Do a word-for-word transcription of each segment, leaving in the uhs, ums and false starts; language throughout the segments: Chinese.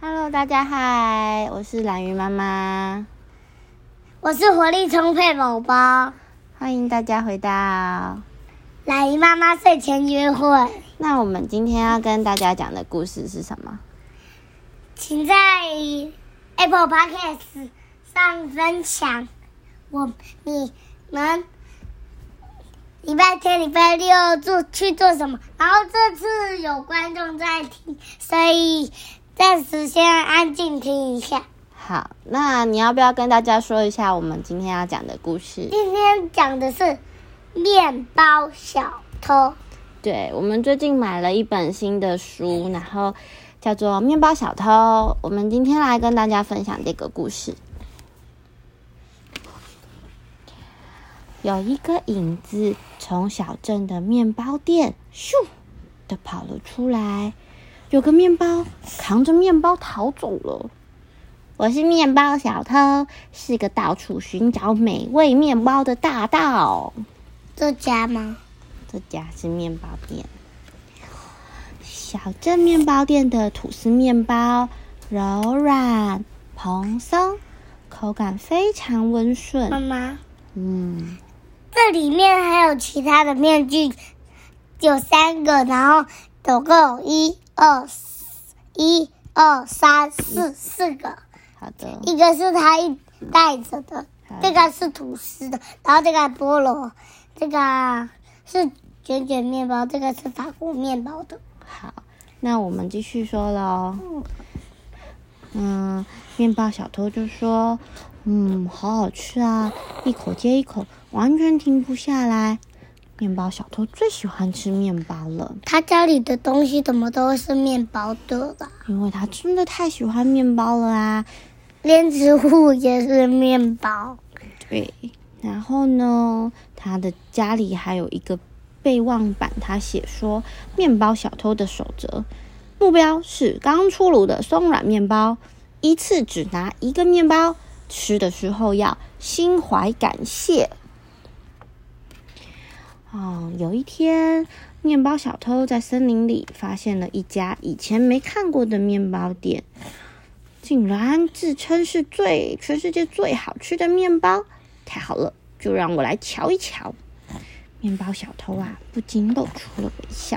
Hello， 大家嗨，我是懒鱼妈妈， 我是活力充沛宝宝， 欢迎大家回到懒鱼妈妈睡前约会。 那我们今天要跟大家讲的故事是什么？ 请在 Apple Podcast 上分享我你们礼拜天、礼拜六做去做什么。然后这次有观众在听，所以暂时先安静听一下。 好，那你要不要跟大家说一下我们今天要讲的故事？ 今天讲的是面包小偷。 对，我们最近买了一本新的书，然后叫做《面包小偷》。我们今天来跟大家分享这个故事。有一个影子从小镇的面包店咻的跑了出来，有个面包扛着面包逃走了。我是面包小偷，是个到处寻找美味面包的大盗。 这家吗？ 这家是面包店。小镇面包店的吐司面包柔软蓬松，口感非常温顺。 妈妈， 嗯， 这里面还有其他的面具，有三个，然后总共有一二一二三四四个。 好的。 一个是他一带着的，这个是吐司的，然后这个菠萝，这个是卷卷面包，这个是法国面包的。 好，那我们继续说咯。嗯，面包小偷就说：“嗯，好好吃啊，一口接一口，完全停不下来。”面包小偷最喜欢吃面包了。 他家里的东西怎么都是面包的啦？ 因为他真的太喜欢面包了啊！ 连植物也是面包。 对，然后呢，他的家里还有一个备忘板，他写说：“面包小偷的守则，目标是刚出炉的松软面包，一次只拿一个面包，吃的时候要心怀感谢。”哦，有一天，面包小偷在森林里发现了一家以前没看过的面包店，竟然自称是最全世界最好吃的面包。太好了，就让我来瞧一瞧。面包小偷啊，不禁露出了微笑。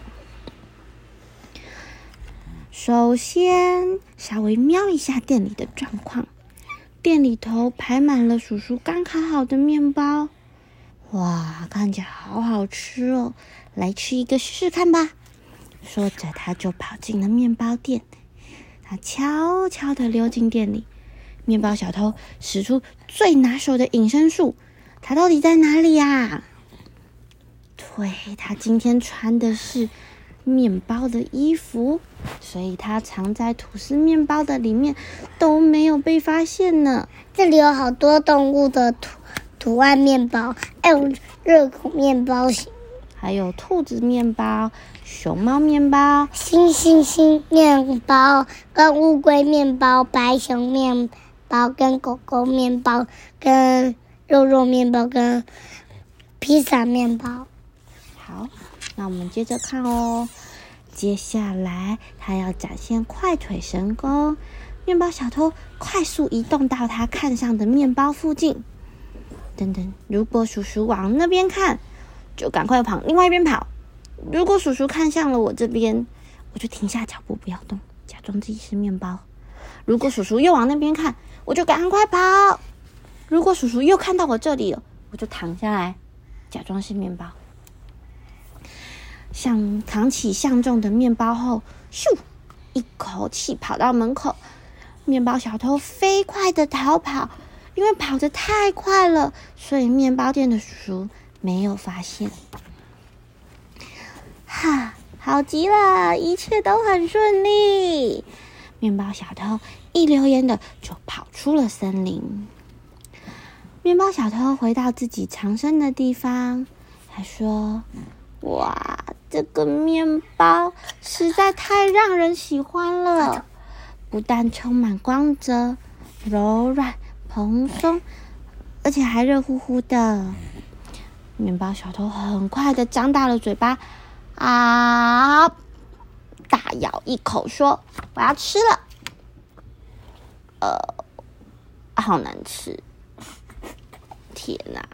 首先，稍微瞄一下店里的状况，店里头排满了叔叔刚烤好的面包。哇，看起来好好吃哦，来吃一个试试看吧。说着，他就跑进了面包店。他悄悄地溜进店里，面包小偷使出最拿手的隐身术。他到底在哪里呀？对，他今天穿的是面包的衣服，所以他藏在吐司面包的里面都没有被发现呢。 这里有好多动物的图图案面包，还有热狗面包， 还有兔子面包、熊猫面包、 猩猩猩面包、跟乌龟面包、白熊面包、跟狗狗面包、跟肉肉面包、跟披萨面包。 好，那我们接着看哦。接下来，他要展现快腿神功。面包小偷快速移动到他看上的面包附近。等等，如果叔叔往那边看，就赶快往另外一边跑。如果叔叔看向了我这边，我就停下脚步，不要动，假装自己是面包。如果叔叔又往那边看，我就赶快跑。如果叔叔又看到我这里了，我就躺下来，假装是面包。像扛起相重的面包后，咻，一口气跑到门口。面包小偷飞快的逃跑，因为跑得太快了，所以面包店的叔叔没有发现。哈，好极了，一切都很顺利。面包小偷一溜烟的就跑出了森林。面包小偷回到自己藏身的地方，他说：“哇，这个面包实在太让人喜欢了，不但充满光泽、柔软、蓬松，而且还热乎乎的。”面包小偷很快的张大了嘴巴，啊，大咬一口说：“我要吃了。” 呃，好难吃！天哪！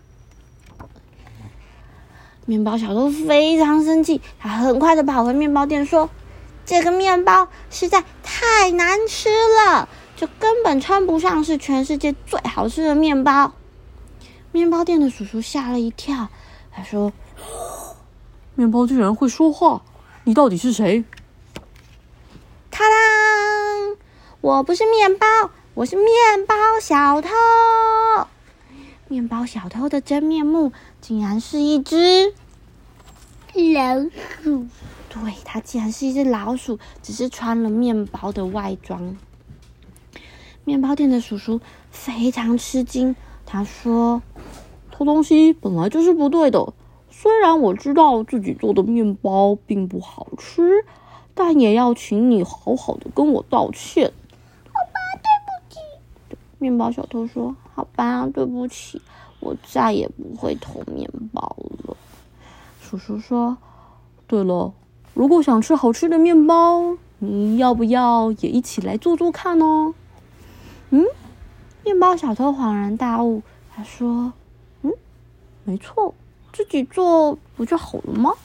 面包小偷非常生气，他很快的跑回面包店说：“这个面包实在太难吃了，这根本称不上是全世界最好吃的面包。”面包店的叔叔吓了一跳，他说：“ 面包竟然会说话，你到底是谁？” 咔当！我不是面包，我是面包小偷。面包小偷的真面目竟然是一只老鼠。 对，它竟然是一只老鼠，只是穿了面包的外装。面包店的叔叔非常吃惊，他说：“ 偷东西本来就是不对的，虽然我知道自己做的面包并不好吃，但也要请你好好的跟我道歉。” 好吧，对不起。 面包小偷说：“好吧，对不起，我再也不会偷面包了。”叔叔说：“对了，如果想吃好吃的面包，你要不要也一起来做做看呢？” 嗯，面包小偷恍然大悟，他说：“ 嗯，没错，自己做不就好了吗？”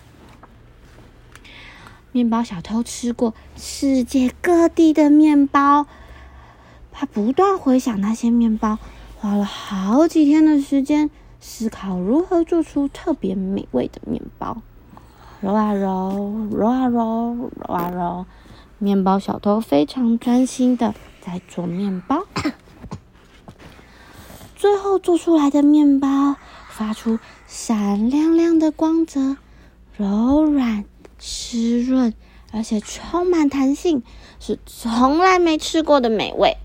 面包小偷吃过世界各地的面包，他不断回想那些面包，花了好几天的时间思考如何做出特别美味的面包。揉啊揉，揉啊揉，揉啊揉，面包小偷非常专心的在做面包。最后做出来的面包发出闪亮亮的光泽，柔软湿润，而且充满弹性，是从来没吃过的美味。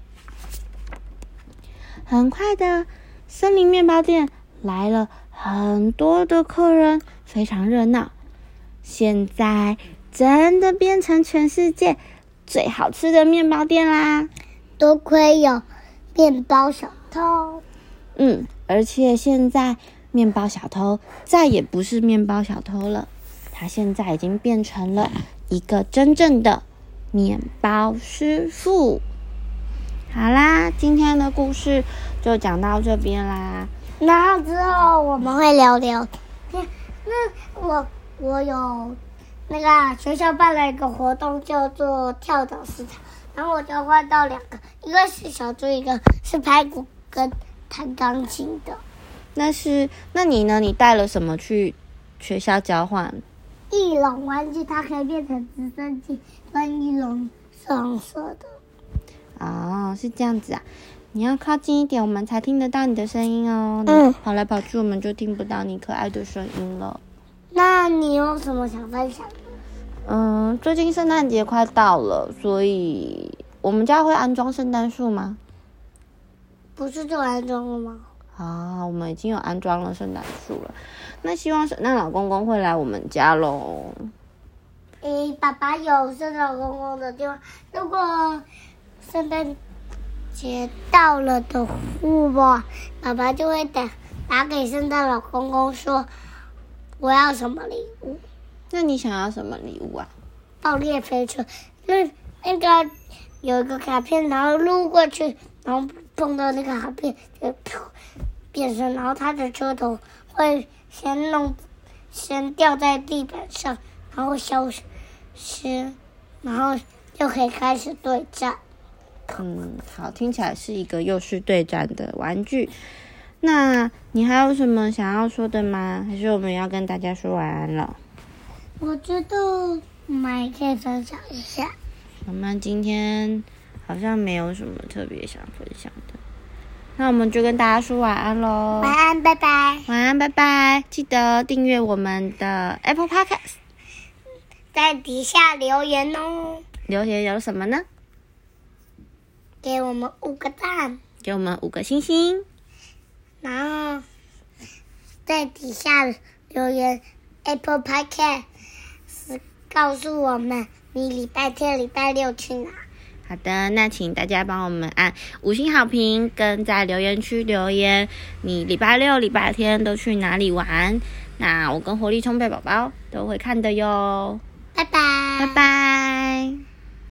很快的，森林面包店来了很多的客人，非常热闹。现在真的变成全世界最好吃的面包店啦！ 多亏有面包小偷。 嗯，而且现在面包小偷再也不是面包小偷了，他现在已经变成了一个真正的面包师傅。好啦，今天的故事就讲到这边啦。 然后之后我们会聊聊天。那我我有那个学校办了一个活动，叫做跳蚤市场，然后我就换到两个，一个是小猪，一个是排骨跟弹钢琴的。 那是，那你呢？你带了什么去学校交换？ 翼龙玩具，它可以变成直升机，跟翼龙是红色的。 哦，是这样子啊！你要靠近一点，我们才听得到你的声音哦。 嗯， 你跑来跑去，我们就听不到你可爱的声音了。 那你有什么想分享的？ 嗯，最近圣诞节快到了，所以我们家会安装圣诞树吗？ 不是就安装了吗？ 啊，我们已经有安装了圣诞树了。那希望圣诞老公公会来我们家咯。 诶，爸爸有圣诞老公公的电话，如果圣诞节到了的话，爸爸就会打打给圣诞老公公说我要什么礼物。 那你想要什么礼物啊？ 爆裂飞车，就是那个有一个卡片，然后路过去，然后碰到那个卡片就噗变身，然后他的车头会先弄先掉在地板上，然后消失，然后就可以开始对战。 嗯，好，听起来是一个幼师对战的玩具。那你还有什么想要说的吗？还是我们要跟大家说晚安了？ 我觉得我们也可以分享一下。 我们今天好像没有什么特别想分享的，那我们就跟大家说晚安咯。 晚安，拜拜。 晚安，拜拜！记得订阅我们的 Apple Podcast， 在底下留言哦。 留言有什么呢？ 给我们五个赞， 给我们五个星星， 然后在底下留言 Apple Podcast， 告诉我们你礼拜天、礼拜六去哪。 好的，那请大家帮我们按五星好评，跟在留言区留言你礼拜六、礼拜天都去哪里玩。那我跟活力充沛宝宝都会看的哟。 拜拜， 拜拜。